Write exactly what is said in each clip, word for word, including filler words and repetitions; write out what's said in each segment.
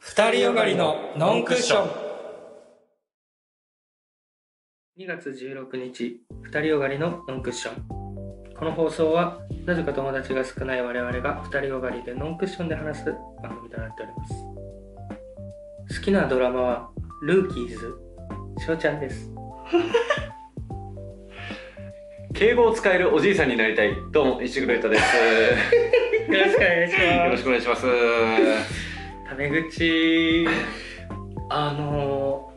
二人よがりのノンクッション。 にがつじゅうろくにち、二人よがりのノンクッション。この放送はなぜか友達が少ない我々が二人よがりでノンクッションで話す番組となっております。好きなドラマはルーキーズ、しょうちゃんです。 敬語を使えるおじいさんになりたい。どうも石黒裕太です。 よろしくお願いします。 よろしくお願いします。 タメ口、あの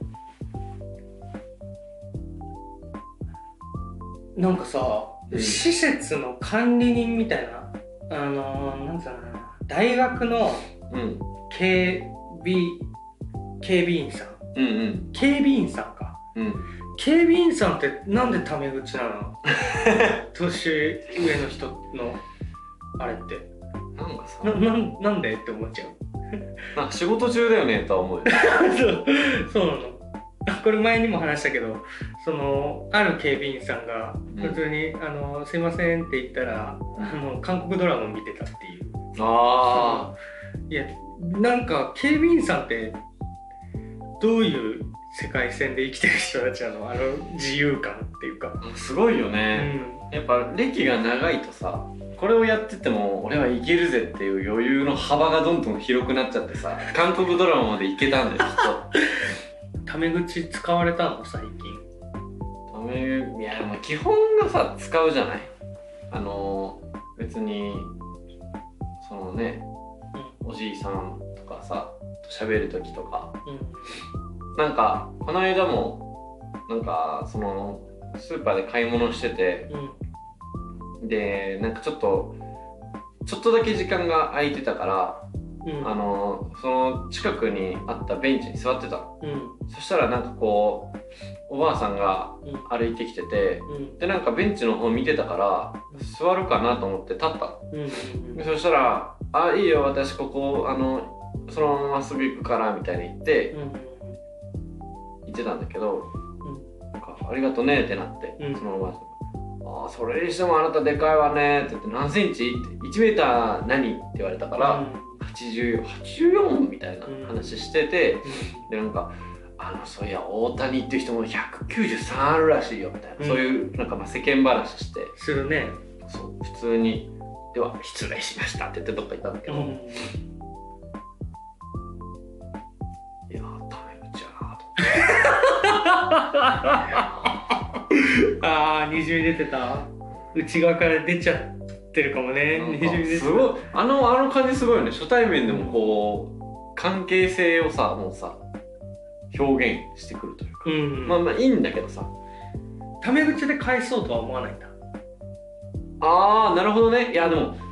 なんかさ、うん、施設の管理人みたいな、あのなんつうのかな、大学の警備、うん、警備員さん、うんうん、警備員さんか、うん、警備員さんってなんでタメ口なの？年上の人のあれってなんかさ、 な、な、なんでって思っちゃう。 なんか仕事中だよねとは思うよ。 そうそうなの。これ前にも話したけど、そのある警備員さんが普通に、うん、あのすいませんって言ったら、あの韓国ドラマ見てたっていう。ああ。いや、なんか警備員さんってどういう世界線で生きてる人たちなの？あの自由感っていうか。 すごいよね。うん、やっぱ歴が長いとさ、これをやってても俺はいけるぜっていう余裕の幅がどんどん広くなっちゃってさ、韓国ドラマまでいけたんだよきっと。タメ口使われたの最近。 タメ、いやでも基本がさ使うじゃない。あの別にそのね、うん、おじいさんとかさ喋る時とか、うん、なんかこの間もなんかそのスーパーで買い物してて、うん、でなんかちょっとちょっとだけ時間が空いてたから、うん、あのその近くにあったベンチに座ってたの、うん、そしたらなんかこうおばあさんが歩いてきてて、うん、でなんかベンチの方見てたから、うん、座るかなと思って立ったの、うん、そしたら「あ、いいよ私ここあのそのまままっすぐ行くから」みたいに言って、うん、言ってたんだけど、うん、なんか「ありがとね」ってなって、うん、そのおばあさんあ、それにしてもあなたでかいわねって言って何センチっていちメーター何って言われたから、うん、はちじゅうよん、はちじゅうよんみたいな話してて、うん、でなんかあのそういや大谷っていう人もひゃくきゅうじゅうさんあるらしいよみたいな、うん、そういうなんかまあ世間話してするね。 そう普通にでは失礼しましたって言ってどっか行ったんだけど、うん、いやータメ口やなと思ってあーにじみ出てた。内側から出ちゃってるかもね。にじみ出てた。 すごいあのあの感じすごいよね。初対面でもこう関係性をさもうさ表現してくるというか、うん、まあまあいいんだけどさ、 タメ口で返そうとは思わないんだ。 ああなるほどね。いやでも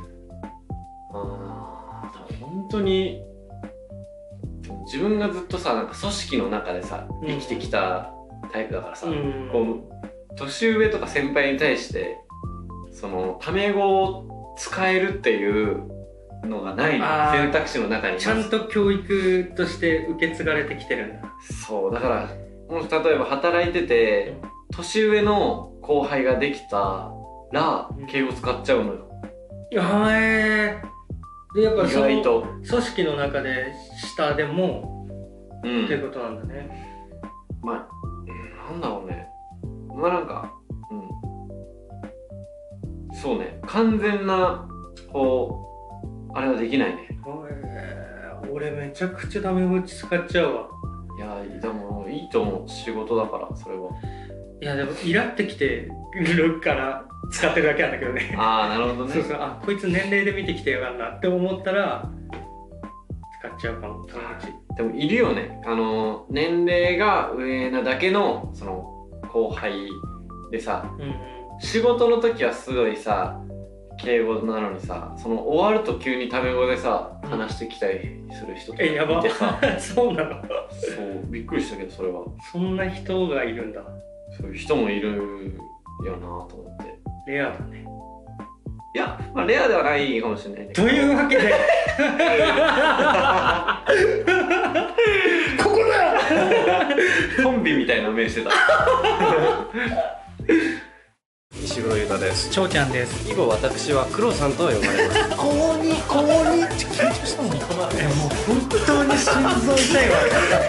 ああ本当に自分がずっとさなんか組織の中でさ生きてきたタイプだからさ、うん、こう年上とか先輩に対してそのタメ語を使えるっていうのがない選択肢の中にちゃんと教育として受け継がれてきてるんだ。 そうだからもし例えば働いてて、うん、年上の後輩ができたら敬語使っちゃうのよ。 いやへーでやっぱその組織の中で下でも、うん、っていうことなんだね。 まあなんだろうね。まあなんかうんそうね完全なこうあれはできないね。 えー、俺めちゃくちゃタメ口使っちゃうわ。 いやでもいいと思う仕事だからそれは。 いやでもイラってきてるから使ってるだけなんだけどね。 ああなるほどね。 そうそうあこいつ年齢で見てきてやがんなって思ったら使っちゃうかもタメ口。 でもいるよねあの年齢が上なだけのその後輩でさ、うんうん、仕事の時はすごいさ敬語なのにさその終わると急にタメ語でさ話してきたりする人とかいてさ、 えやばそうなの。 そうびっくりしたけどそれはそんな人がいるんだ。 そういう人もいるよなと思って。 レアだね。 いや、まあ、レアではないかもしれないね。 というわけでここだコンビみたいな目してた。石黒裕太です。 ちょうちゃんです。 以後私は黒さんと呼ばれます。 高に高にって緊張したもん。えもう本当に知発動したいわ。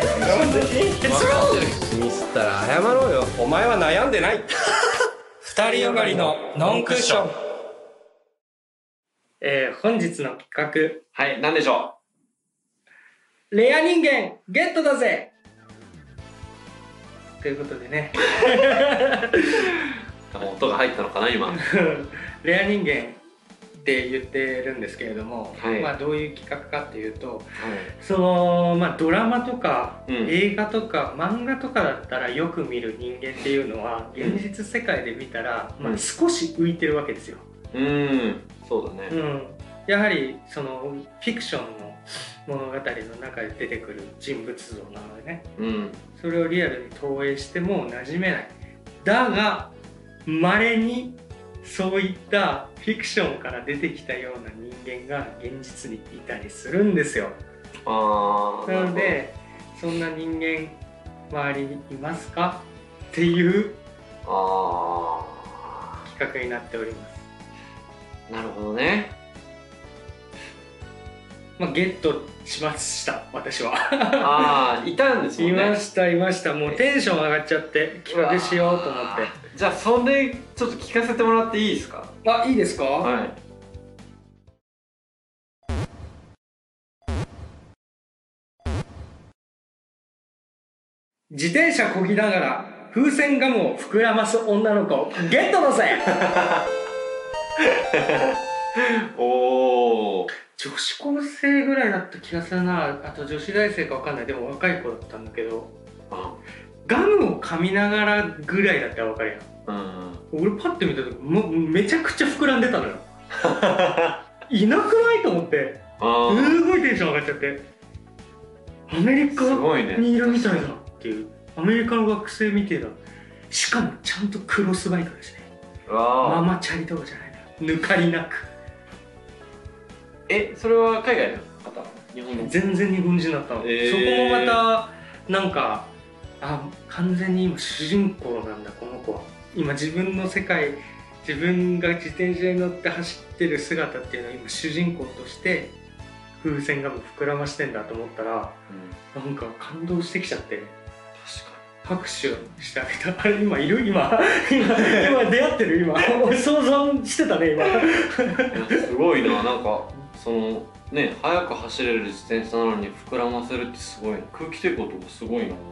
ミスったら謝ろうよ。お前は悩んでない。二人よがりのノンクッション。 えー、本日の企画。 はい、何でしょう。レア人間ゲットだぜ。ということでね。 音が入ったのかな今。 レア人間って言ってるんですけれども、 はい、 まあどういう企画かっていうと、はい、そのまあドラマとか、うん、映画とか漫画とかだったらよく見る人間っていうのは現実世界で見たら、うん、まあ少し浮いてるわけですよ。 うん、そうだね。 うん、やはりそのフィクションの物語の中で出てくる人物像なのでね、うん、それをリアルに投影しても馴染めない。だが稀にそういったフィクションから出てきたような人間が現実にいたりするんですよ。あなのでそんな人間周りにいますかっていうあ企画になっております。 なるほどね。 まあ、ゲットしました私は。 ああいたんですもんね。 いましたいました。もうテンション上がっちゃって企画しようと思って。 じゃあそれちょっと聞かせてもらっていいですか。 あ、いいですか。はい。自転車こぎながら風船ガムを膨らます女の子ゲットだぜ。おお。女子高生ぐらいだった気がするな。あと女子大生か分かんない。でも若い子だったんだけど、ガムを噛みながらぐらいだったら分かるやん。うん、俺パッて見た時もめちゃくちゃ膨らんでたのよ。いなくないと思って、すごいテンション上がっちゃって、アメリカにいるみたいだっていう、アメリカの学生みてえだ。しかもちゃんとクロスバイクだしね。ママチャリとかじゃないのよ、抜かりなく。 え、それは海外の方？日本の？ 全然日本人だったの、えー、そこもまたなんか、あ、完全に今主人公なんだこの子は。今自分の世界、自分が自転車に乗って走ってる姿っていうのは今主人公として風船ガム膨らましてんだと思ったら、うん、なんか感動してきちゃって。確かに拍手してあげた。あれ今いる？今今今出会ってる？今俺想像してたね今。 すごいな。なんかそのね、速く走れる自転車なのに膨らませるってすごいな。空気抵抗とかすごいなと思って。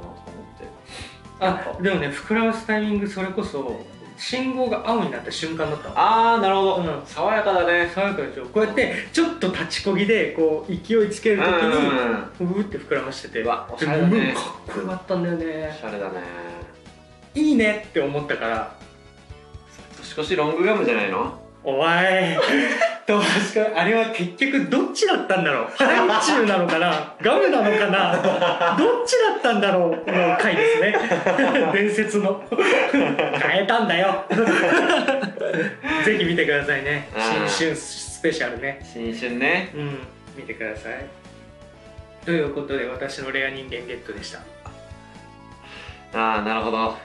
あ、でもね、膨らますタイミング、それこそ信号が青になった瞬間だったの。 あー、なるほど、うん、爽やかだね。 爽やかでしょ。こうやってちょっと立ちこぎでこう勢いつけるときにブーって膨らましてて、 うわ、おしゃれだね。 かっこよかったんだよね。 おしゃれだね。 いいねって思ったから。 年越しロングガムじゃないの？ お前どうしか、あれは結局どっちだったんだろう。ハイチュウなのかな、ガムなのかな、どっちだったんだろうの回ですね。伝説の変えたんだよ。ぜひ見てくださいね。新春スペシャルね。 新春ね。 うん、見てください。ということで私のレア人間ゲットでした。 ああ、なるほど。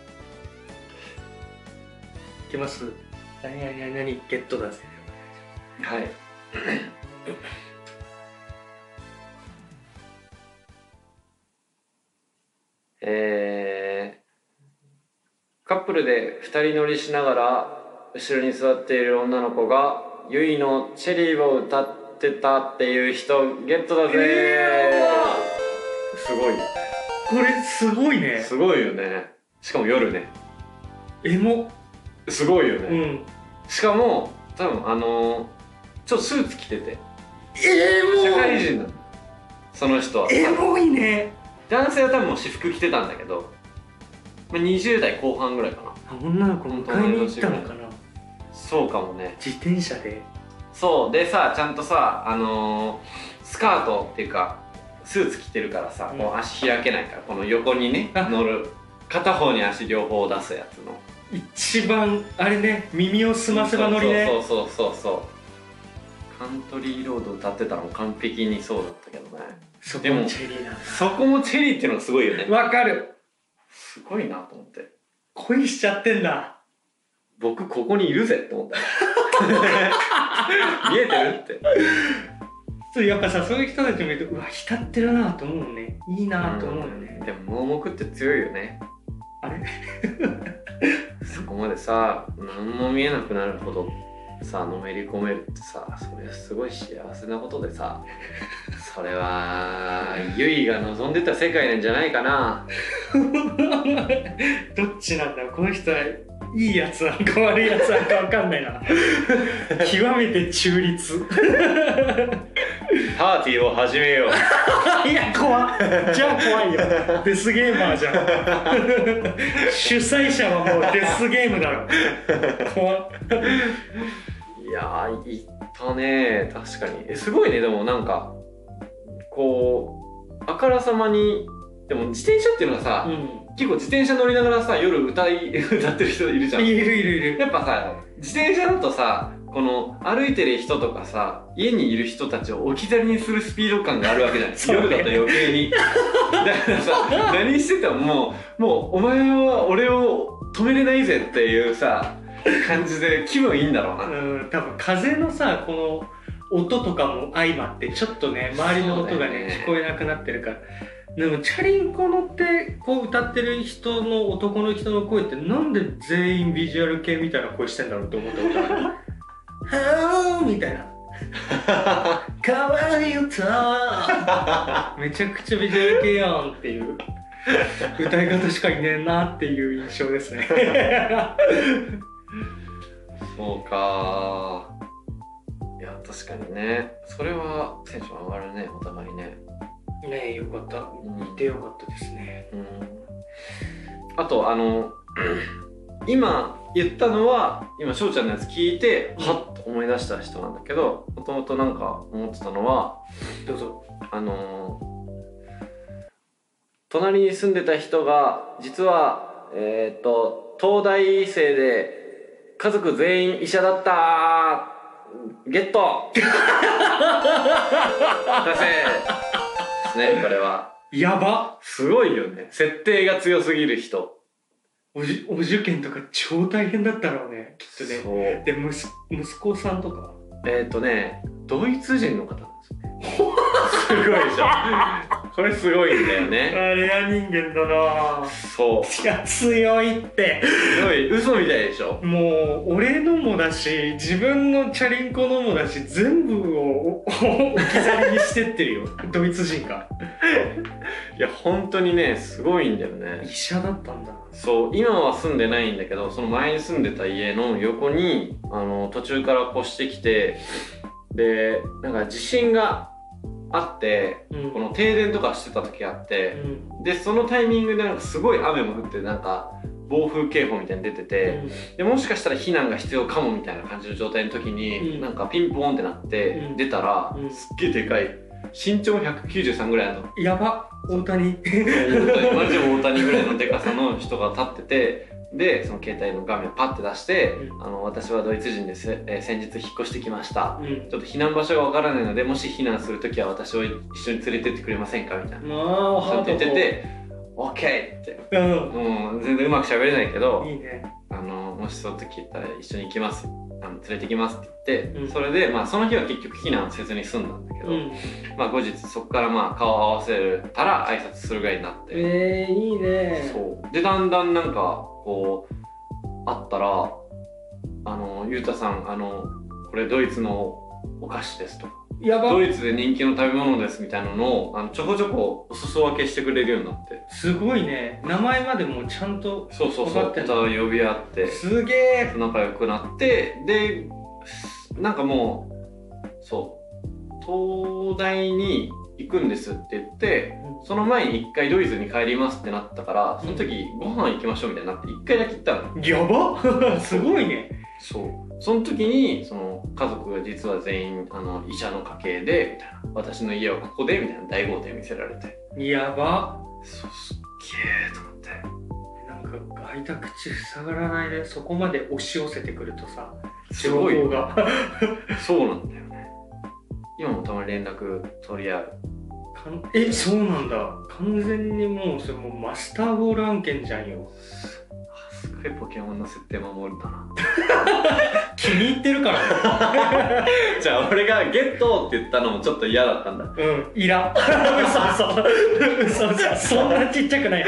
いきます。何何何何ゲットだぜ。 はい。えー、カップルで二人乗りしながら後ろに座っている女の子がゆいのチェリーを歌ってたっていう人ゲットだぜー。すごい。 これすごいね。 すごいよね。しかも夜ね。 エモ。 すごいよね。 うん。 しかも多分あのー、ちょっとスーツ着てて、 えー、もう社会人なのその人は。 エモいね。 男性は多分もう私服着てたんだけど、まあ、にじゅう代後半ぐらいかな。 女の子迎えに行ったのかな。 そうかもね。 自転車で。 そうでさ、ちゃんとさ、あのー、スカートっていうかスーツ着てるからさ、うん、こう足開けないから、この横にね乗る、片方に足両方出すやつの一番あれね、耳を澄ませば乗りね。 そうそうそうそうそう。カントリーロード歌ってたのも完璧にそうだったけどね。 そこもチェリーなんだ。 そこもチェリーっていうのがすごいよね。 わかる。 すごいなと思って。 恋しちゃってんだ。 僕ここにいるぜって思った。見えてるって。 そうやっぱさ、そういう人たち見ると、うわ浸ってるなと思うね。いいなと思うよね。 でも盲目って強いよね。 あれそこまでさ、何も見えなくなるほどさ、のめり込めるってさ、それはすごい幸せなことでさ、それはゆいが望んでた世界なんじゃないかな。 どっちなんだろう、この人はいいやつなのか悪いやつなのか分かんないな。極めて中立。 パーティーを始めよう。 いや怖っ、じゃあ怖いよ。デスゲーマーじゃん。主催者はもうデスゲームだろ。怖っ。 いやー、いったね。確かに。え、すごいね。でもなんかこうあからさまに、でも自転車っていうのはさ、うん、結構自転車乗りながらさ、夜歌い歌ってる人いるじゃん。 いるいるいる。 やっぱさ、自転車だとさ、この歩いてる人とかさ、家にいる人たちを置き去りにするスピード感があるわけじゃない。夜だと余計に。だからさ、何しててももう、もうお前は俺を止めれないぜっていうさ、感じで気分いいんだろうな。 うん、多分風のさ、この音とかも相まってちょっとね、周りの音が ね, ね聞こえなくなってるから。でもチャリンコ乗ってこう歌ってる人の男の人の声ってなんで全員ビジュアル系みたいな声してんだろうって思ったことある。はーみたいな。かわいい歌めちゃくちゃビジュアル系やんっていう歌い方しかいねえなっていう印象ですね。 そうかー。いや確かにね、それはテンション上がるね、お互いね。 ねえ、よかった、いてよかったですね。 うん、あとあの今言ったのは今翔ちゃんのやつ聞いて、うん、はっと思い出した人なんだけど、もともとなんか思ってたのは、 どうぞ。 あの隣に住んでた人が実はえっと東大生で家族全員医者だったー、ゲット達成ね、これはやば、 すごいよね。設定が強すぎる人。 おじお受験とか超大変だったろうね、きっとね。 そうで息息子さんとかえっ、ー、とねドイツ人の方なんですよね。すごいでしょ。これすごいんだよね。 あれや人間だな。 そう、 いや強いって。 すごい嘘みたいでしょ。 もう俺のもだし、自分のチャリンコのもだし、全部を置き去りにしてってるよ。ドイツ人が。 いや本当にねすごいんだよね。 医者だったんだ。 そう、今は住んでないんだけど、その前に住んでた家の横にあの途中から越してきて、でなんか地震があって、うん、この停電とかしてた時があって、うん、でそのタイミングでなんかすごい雨も降って、なんか暴風警報みたいに出てて、うん、でもしかしたら避難が必要かもみたいな感じの状態の時に、うん、なんかピンポーンってなって、うん、出たら、うん、すっげえでかい、身長ひゃくきゅうじゅうさんぐらいの、 やば、大谷マジで大谷ぐらいのでかさの人が立ってて、でその携帯の画面パッて出して、うん、あの私はドイツ人です、えー、先日引っ越してきました、うん、ちょっと避難場所がわからないので、もし避難するときは私を一緒に連れてってくれませんかみたいな、そうやって言ってて、オッケーって、うん、うん、全然うまく喋れないけど、 いいね、 あのもしその時言ったら一緒に行きます、あの連れてきますって言って、うん、それで、まあ、その日は結局避難せずに済んだんだけど、うん、まあ、後日そこからまあ顔を合わせたら挨拶するぐらいになって、 えー、いいね。 そうでだんだんなんかこうあったら、あのゆうたさん、あのこれドイツのお菓子ですとか、 やば、 ドイツで人気の食べ物ですみたいなのをあのちょこちょこお裾分けしてくれるようになって、 すごいね、名前までもちゃんとそうそうそう、歌を呼び合って、 すげえ仲良くなって、でなんかもうそう東大に行くんですって言って、うん、その前に一回ドイツに帰りますってなったから、その時ご飯行きましょうみたいになって一回だけ行ったの。 やばすごいね。 そうその時にその家族が実は全員あの医者の家系でみたいな、私の家はここでみたいな大豪邸見せられて、 やば、 そうすっげえと思って、 なんか開いた口塞がらないでそこまで押し寄せてくるとさ、 すごいがそうなんだよね。今もたまに連絡取り合う。 かんえ、そうなんだ。完全にもうそれもうマスターボール案件じゃんよ。 すごいフェポケモンの設定守るかな。 気に入ってるからじゃあ俺がゲットって言ったのもちょっと嫌だったんだ。 うんいら嘘嘘嘘じゃそんなちっちゃくない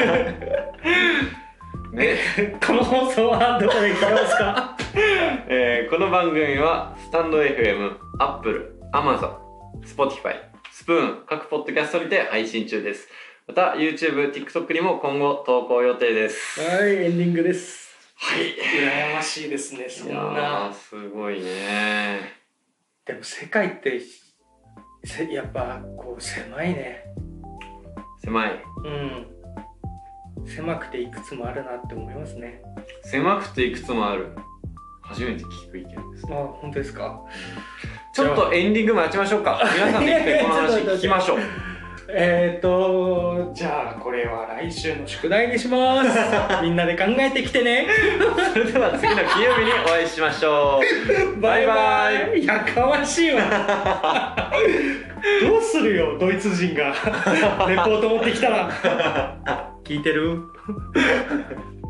ね、 この放送はどこで聞けますかえー、この番組はスタンド エフエム、Apple、Amazon、Spotify、スプーン各ポッドキャストにて配信中です。また YouTube、TikTok にも今後投稿予定です。 はい、エンディングです。 はい、 羨ましいですね。そんなすごいね。 でも世界ってやっぱこう狭いね。 狭い。 うん狭くていくつもあるなって思いますね。 狭くていくつもある。初めて聞く意見です。 あ、本当ですか。 ちょっとエンディング待ちましょうか。皆さんで一回この話聞きましょう。 えーとじゃあこれは来週の宿題にしますみんなで考えてきてねそれでは次の金曜日にお会いしましょう。バイバイ。 やかましいわどうするよドイツ人がレポート持ってきたら聞いてる